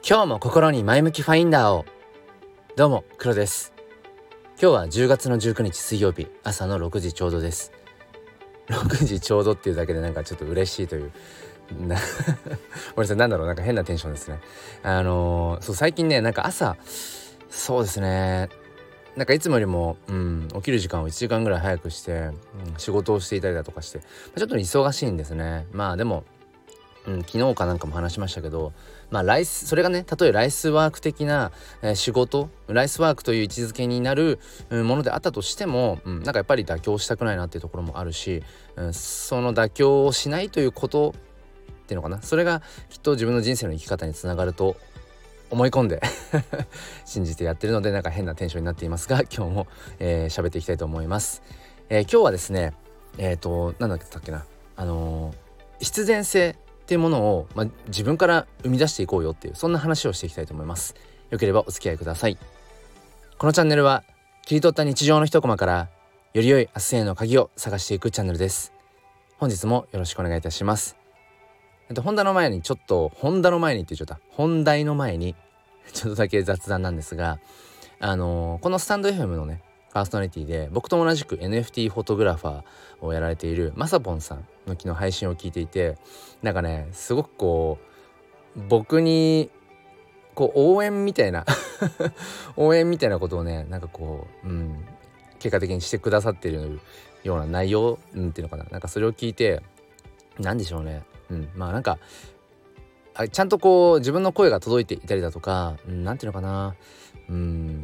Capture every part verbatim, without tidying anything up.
今日も心に前向きファインダーを。どうも黒です。今日はじゅうがつのじゅうくにち水曜日、朝のろくじちょうどです。ろくじちょうどっていうだけでなんかちょっと嬉しいというなごめんなさい、なんだろう、なんか変なテンションですね。あのー、そう最近ね、なんか朝そうですねなんかいつもよりも、うん、起きる時間をいちじかんぐらい早くして、うん、仕事をしていたりだとかしてちょっと忙しいんですね。まあでもうん、昨日かなんかも話しましたけど、まあライスそれがね、たとえライスワーク的な、えー、仕事ライスワークという位置づけになる、うん、ものであったとしても、うん、なんかやっぱり妥協したくないなっていうところもあるし、うん、その妥協をしないということっていうのかな、それがきっと自分の人生の生き方につながると思い込んで信じてやってるので、なんか変なテンションになっていますが、今日も喋、えー、っていきたいと思います。えー、今日はですねえっ、ー、となんだったっけなあのー、必然性っていうものを、まあ、自分から生み出していこうよっていう、そんな話をしていきたいと思います。よければお付き合いください。このチャンネルは切り取った日常の一コマからより良い明日への鍵を探していくチャンネルです。本日もよろしくお願いいたします。えっと本題の前にちょっと本題の前にって言っちゃった本題の前にちょっとだけ雑談なんですが、あのー、このスタンド エフエム のねパーソナリティで僕と同じく エヌエフティー フォトグラファーをやられているまさぽんさんの昨日配信を聞いていて、なんかねすごくこう僕にこう応援みたいな応援みたいなことをねなんかこう、うん、結果的にしてくださっているような内容、うん、っていうのかな、なんかそれを聞いてなんでしょうね、うん、まあなんかあちゃんとこう自分の声が届いていたりだとか、うん、なんていうのかな、うん、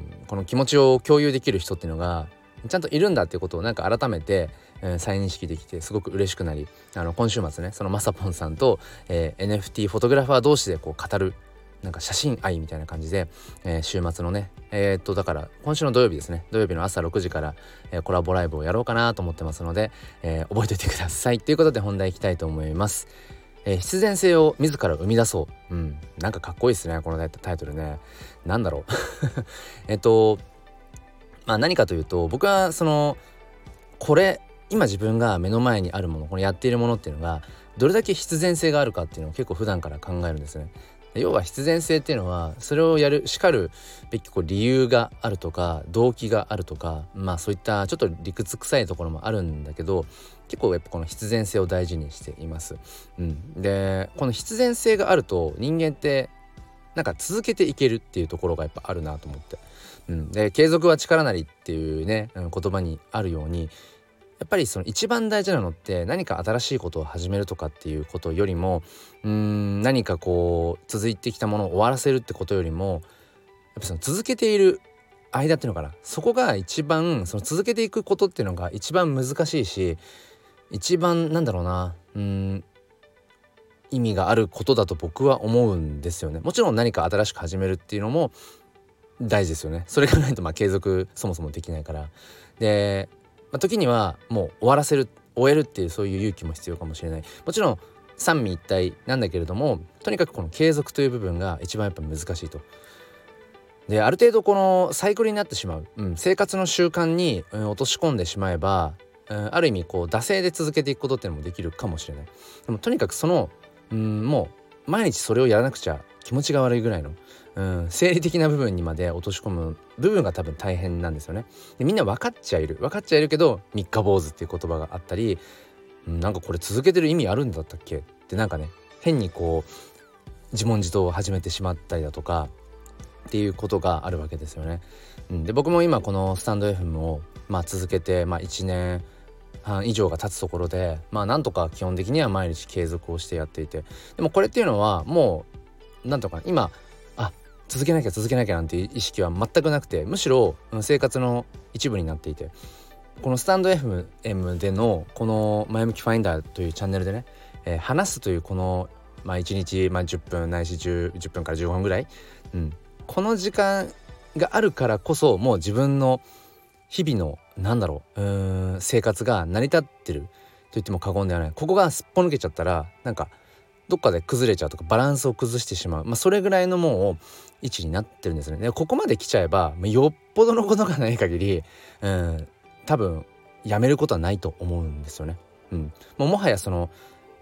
この気持ちを共有できる人っていうのがちゃんといるんだっていうことをなんか改めて、えー、再認識できてすごく嬉しくなり、あの今週末ねそのまさぽんさんと、えー、エヌエフティー フォトグラファー同士でこう語るなんか写真愛みたいな感じで、えー、週末のねえー、っとだから今週の土曜日ですね、土曜日の朝ろくじから、えー、コラボライブをやろうかなと思ってますので、えー、覚えておいてくださいということで本題いきたいと思います。えー、必然性を自ら生み出そう、うん、なんかかっこいいですねこのタイトルね。なんだろうえっとまあ何かというと、僕はそのこれ今自分が目の前にあるもの、このやっているものっていうのがどれだけ必然性があるかっていうのを結構普段から考えるんですね。要は必然性っていうのはそれをやるしかるべきこう理由があるとか動機があるとか、まあそういったちょっと理屈臭いところもあるんだけど、結構やっぱこの必然性を大事にしています、うん、でこの必然性があると人間ってなんか続けていけるっていうところがやっぱあるなと思って、うん、で継続は力なりっていうね、うん、言葉にあるように、やっぱりその一番大事なのって何か新しいことを始めるとかっていうことよりも、うーん何かこう続いてきたものを終わらせるってことよりも、やっぱその続けている間っていうのかな、そこが一番その続けていくことっていうのが一番難しいし、一番なんだろうなうーん意味があることだと僕は思うんですよね。もちろん何か新しく始めるっていうのも大事ですよね。それがないとまあ継続そもそもできないから。でまあ、時にはもう終わらせる終えるっていうそういう勇気も必要かもしれない。もちろん三位一体なんだけれども、とにかくこの継続という部分が一番やっぱ難しいと。である程度このサイクルになってしまう、うん、生活の習慣に、うん、落とし込んでしまえば、うん、ある意味こう惰性で続けていくことっていうのもできるかもしれない。でもとにかくその、うん、もう毎日それをやらなくちゃ気持ちが悪いぐらいの、うん、生理的な部分にまで落とし込む部分が多分大変なんですよね。でみんな分かっちゃいる分かっちゃいるけど三日坊主っていう言葉があったり、うん、なんかこれ続けてる意味あるんだったっけってなんかね変にこう自問自答を始めてしまったりだとかっていうことがあるわけですよね。うん、で僕も今このスタンド エフエム を、まあ、続けて、まあ、いちねんはん以上が経つところで、まあなんとか基本的には毎日継続をしてやっていて、でもこれっていうのはもうなんとか今あ続けなきゃ続けなきゃなんていう意識は全くなくて、むしろ生活の一部になっていて、このスタンド エフエム でのこの前向きファインダーというチャンネルでね、えー、話すというこの、まあ、いちにち、まあ、じゅっぷんないし 10, じゅっぷんからじゅうごふんぐらい、うん、この時間があるからこそもう自分の日々のなんだろう、うーん生活が成り立ってると言っても過言ではない。ここがすっぽ抜けちゃったらなんかどっかで崩れちゃうとかバランスを崩してしまう、まあ、それぐらいのもう位置になってるんですね。でここまで来ちゃえばよっぽどのことがない限り、うん、多分やめることはないと思うんですよね。うん、もうもはやその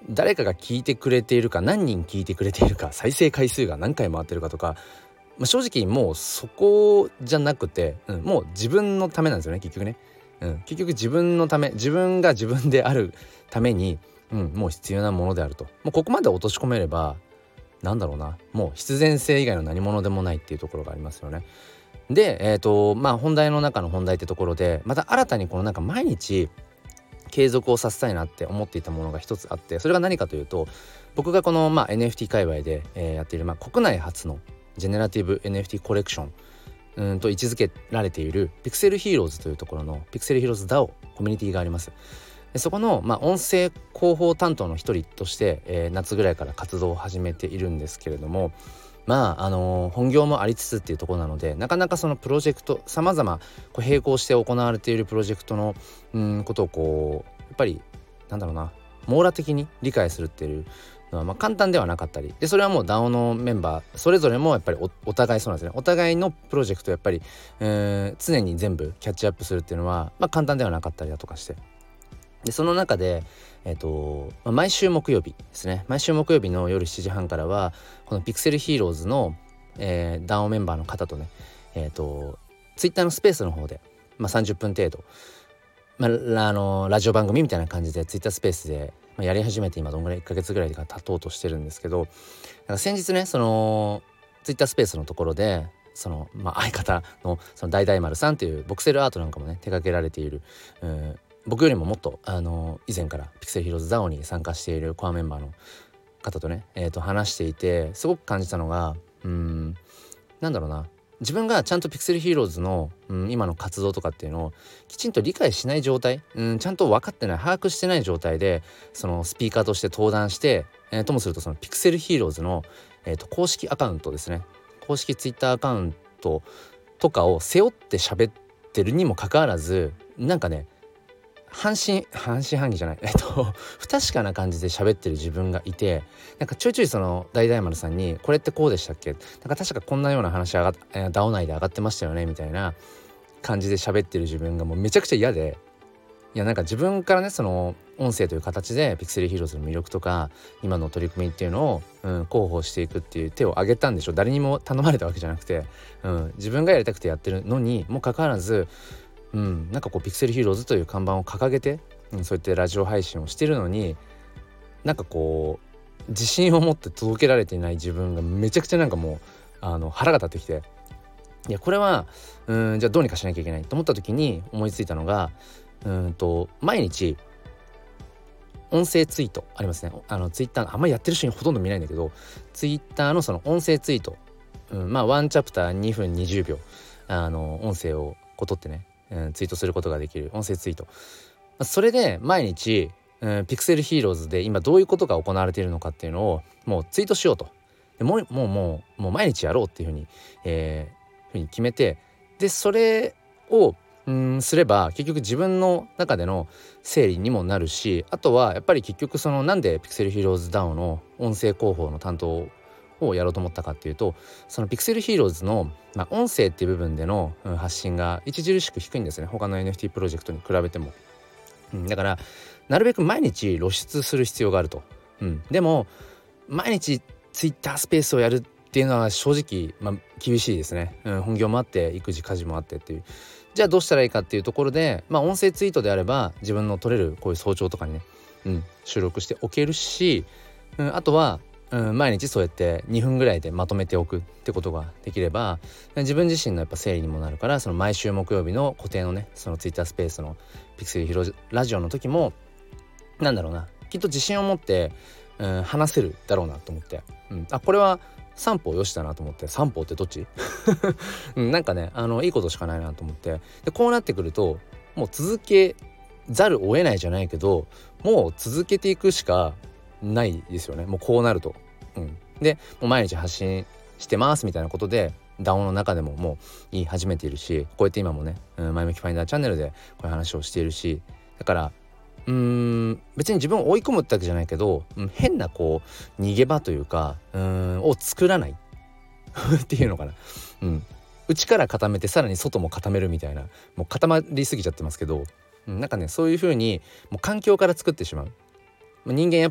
誰かが聞いてくれているか、何人聞いてくれているか、再生回数が何回回ってるかとか、まあ、正直もうそこじゃなくて、うん、もう自分のためなんですよね結局ね、うん、結局自分のため、自分が自分であるために、うん、もう必要なものであると、もうここまで落とし込めればなんだろうな、もう必然性以外の何物でもないっていうところがありますよね。で、えーとまあ、本題の中の本題ってところで、また新たにこのなんか毎日継続をさせたいなって思っていたものが一つあって、それが何かというと、僕がこの、まあ、エヌエフティー 界隈で、えー、やっている、まあ、国内初のジェネラティブ エヌエフティー コレクションうんと位置づけられているピクセルヒーローズというところのピクセルヒーローズ ダオ コミュニティがあります。でそこの、まあ、音声広報担当の一人として、えー、夏ぐらいから活動を始めているんですけれども、まああのー、本業もありつつっていうところなので、なかなかそのプロジェクトさまざま並行して行われているプロジェクトのうんことをこうやっぱりなんだろうな、網羅的に理解するっていうのはまあ簡単ではなかったりで、それはもう ダオ のメンバーそれぞれもやっぱり お, お互いそうなんですね。お互いのプロジェクトやっぱり、えー、常に全部キャッチアップするっていうのは、まあ、簡単ではなかったりだとかして、でその中で、えーとまあ、毎週木曜日ですね、毎週木曜日の夜しちじはんからはこのピクセルヒーローズの、えー、ダオ メンバーの方とね、えーとツイッターのスペースの方で、まあ、さんじゅっぷん程度、まあ、あのラジオ番組みたいな感じでツイッタースペースで、まあ、やり始めて今どんぐらいいっかげつぐらいが経とうとしてるんですけど、なんか先日ねそのツイッタースペースのところでその、まあ、相方のその大大丸さんっていうボクセルアートなんかもね手掛けられている、うん、僕よりももっとあの以前からピクセルヒーローズ ダオ に参加しているコアメンバーの方とね、えー、と話していてすごく感じたのが、うーんなんだろうな、自分がちゃんとピクセルヒーローズの、うん、今の活動とかっていうのをきちんと理解しない状態、うん、ちゃんと分かってない把握してない状態でそのスピーカーとして登壇して、えー、ともするとそのピクセルヒーローズの、えー、と公式アカウントですね、公式ツイッターアカウントとかを背負って喋ってるにもかかわらず、なんかね半信半信半疑じゃないえっと不確かな感じで喋ってる自分がいて、なんかちょいちょいその大大丸さんにこれってこうでしたっけ、なんか確かこんなような話上がっ、えー、ダオ内で上がってましたよねみたいな感じで喋ってる自分がもうめちゃくちゃ嫌で、いやなんか自分からねその音声という形でピクセルヒーローズの魅力とか今の取り組みっていうのを、うん、広報していくっていう手を挙げたんでしょ。誰にも頼まれたわけじゃなくて、うん、自分がやりたくてやってるのにもかかわらず、うん、なんかこうピクセルヒーローズという看板を掲げて、うん、そうやってラジオ配信をしてるのになんかこう自信を持って届けられていない自分がめちゃくちゃなんかもうあの腹が立ってきて、いやこれはうんじゃあどうにかしなきゃいけないと思った時に思いついたのが、うんと毎日音声ツイートありますね。あのツイッターあんまりやってる人にほとんど見ないんだけど、ツイッターのその音声ツイート、うん、まあワンチャプターにふんにじゅうびょうあの音声をこう取ってね、うん、ツイートすることができる音声ツイート、それで毎日、うん、ピクセルヒーローズで今どういうことが行われているのかっていうのをもうツイートしようと、でもうもうもうもう毎日やろうっていうふうに、えー、ふうに決めて、でそれをうんすれば結局自分の中での整理にもなるし、あとはやっぱり結局そのなんでピクセルヒーローズ ダオ の音声広報の担当をやろうと思ったかっていうと、そのピクセルヒーローズの、まあ、音声っていう部分での、うん、発信が著しく低いんですね、他の エヌエフティー プロジェクトに比べても、うん、だからなるべく毎日露出する必要があると、うん、でも毎日ツイッタースペースをやるっていうのは正直、まあ、厳しいですね、うん、本業もあって育児家事もあってっていう、じゃあどうしたらいいかっていうところで、まあ、音声ツイートであれば自分の撮れるこういう早朝とかにね、うん、収録しておけるし、うん、あとは、うん、毎日そうやってにふんぐらいでまとめておくってことができれば自分自身のやっぱ整理にもなるから、その毎週木曜日の固定のねそのツイッタースペースのピクセルヒーローラジオの時もなんだろうな、きっと自信を持って、うん、話せるだろうなと思って、うん、あこれは三歩よしだなと思って、三歩ってどっち、うん、なんかねあのいいことしかないなと思って、でこうなってくるともう続けざるを得ないじゃないけどもう続けていくしかないですよね。もうこうなると、うん、でもう毎日発信してますみたいなことで ダオ の中でももう言い始めているし、こうやって今もね、うん、前向きファインダーチャンネルでこういう話をしているし、だからうーん別に自分を追い込むってわけじゃないけど、うん、変なこう逃げ場というかうーんを作らないっていうのかな、うん、内から固めてさらに外も固めるみたいな、もう固まりすぎちゃってますけど、うん、なんかねそういう風にもう環境から作ってしまう。人間やっぱりね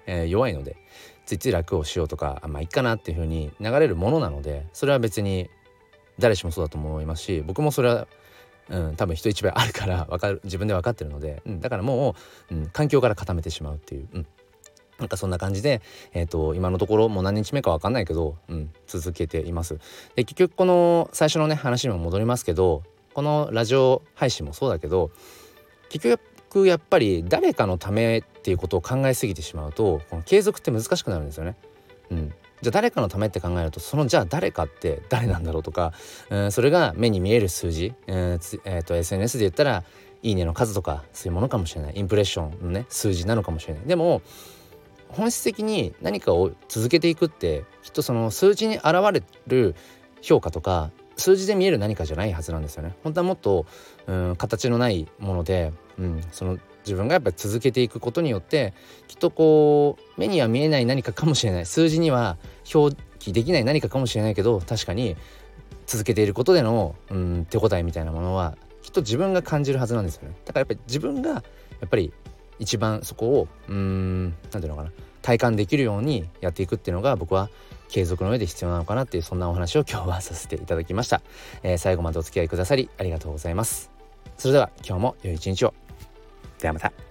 えー、弱いのでついつい楽をしようとかあまあいいかなっていう風に流れるものなので、それは別に誰しもそうだと思いますし、僕もそれは、うん、多分人一倍あるから分かる、自分で分かってるので、うん、だからもう、うん、環境から固めてしまうっていう、うん、なんかそんな感じで、えーと、今のところもう何日目か分かんないけど、うん、続けています。で結局この最初のね話にも戻りますけど、このラジオ配信もそうだけど、結局やっぱり誰かのためっていうことを考えすぎてしまうと、この継続って難しくなるんですよね。うん、じゃあ誰かのためって考えると、そのじゃあ誰かって誰なんだろうとか、うん、それが目に見える数字、うんつえー、と エスエヌエス で言ったらいいねの数とかそういうものかもしれない、インプレッションのね数字なのかもしれない。でも本質的に何かを続けていくってきっとその数字に現れる評価とか数字で見える何かじゃないはずなんですよね。本当はもっと、うん、形のないもので、うん、その自分がやっぱり続けていくことによってきっとこう目には見えない何かかもしれない、数字には表記できない何かかもしれないけど、確かに続けていることでの、うん、手応えみたいなものはきっと自分が感じるはずなんですよね。だからやっぱり自分がやっぱり一番そこをうーんなんていうのかな体感できるようにやっていくっていうのが僕は継続の上で必要なのかなっていう、そんなお話を今日はさせていただきました。えー、最後までお付き合いくださりありがとうございます。それでは今日も良い一日を。ではまた。